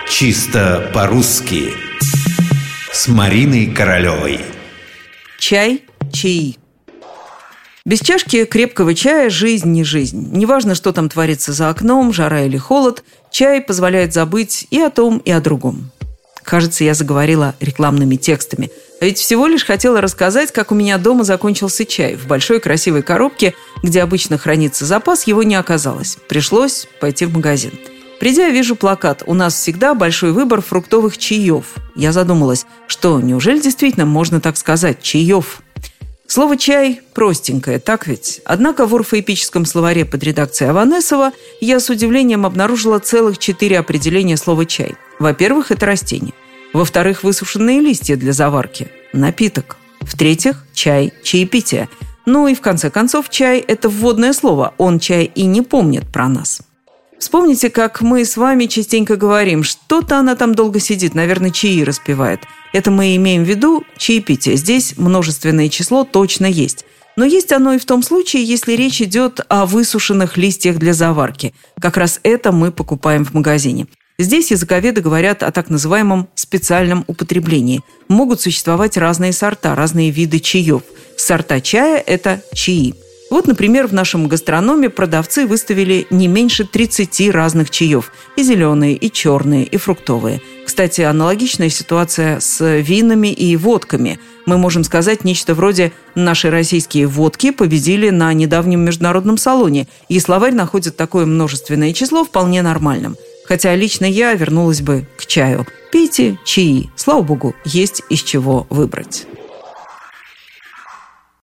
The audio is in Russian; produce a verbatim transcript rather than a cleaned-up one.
Чисто по-русски с Мариной Королевой. Чай, чаи. Без чашки крепкого чая жизнь не жизнь. Неважно, что там творится за окном, жара или холод, чай позволяет забыть и о том, и о другом. Кажется, я заговорила рекламными текстами. А ведь всего лишь хотела рассказать, как у меня дома закончился чай. В большой красивой коробке, где обычно хранится запас, его не оказалось. Пришлось пойти в магазин. Придя, вижу плакат «У нас всегда большой выбор фруктовых чаев». Я задумалась, что, неужели действительно можно так сказать «чаев»? Слово «чай» простенькое, так ведь? Однако в орфоэпическом словаре под редакцией Аванесова я с удивлением обнаружила целых четыре определения слова «чай». Во-первых, это растение. Во-вторых, высушенные листья для заварки. Напиток. В-третьих, чай, чаепитие. Ну и в конце концов, чай – это вводное слово. Он, чай, и не помнит про нас. Вспомните, как мы с вами частенько говорим, что-то она там долго сидит, наверное, чаи распевает. Это мы имеем в виду чаепитие. Здесь множественное число точно есть. Но есть оно и в том случае, если речь идет о высушенных листьях для заварки. Как раз это мы покупаем в магазине. Здесь языковеды говорят о так называемом специальном употреблении. Могут существовать разные сорта, разные виды чаев. Сорта чая – это чаи. Вот, например, в нашем гастрономе продавцы выставили не меньше тридцати разных чаев. И зеленые, и черные, и фруктовые. Кстати, аналогичная ситуация с винами и водками. Мы можем сказать нечто вроде «наши российские водки победили на недавнем международном салоне», и словарь находит такое множественное число вполне нормальным. Хотя лично я вернулась бы к чаю. Пейте чаи. Слава богу, есть из чего выбрать.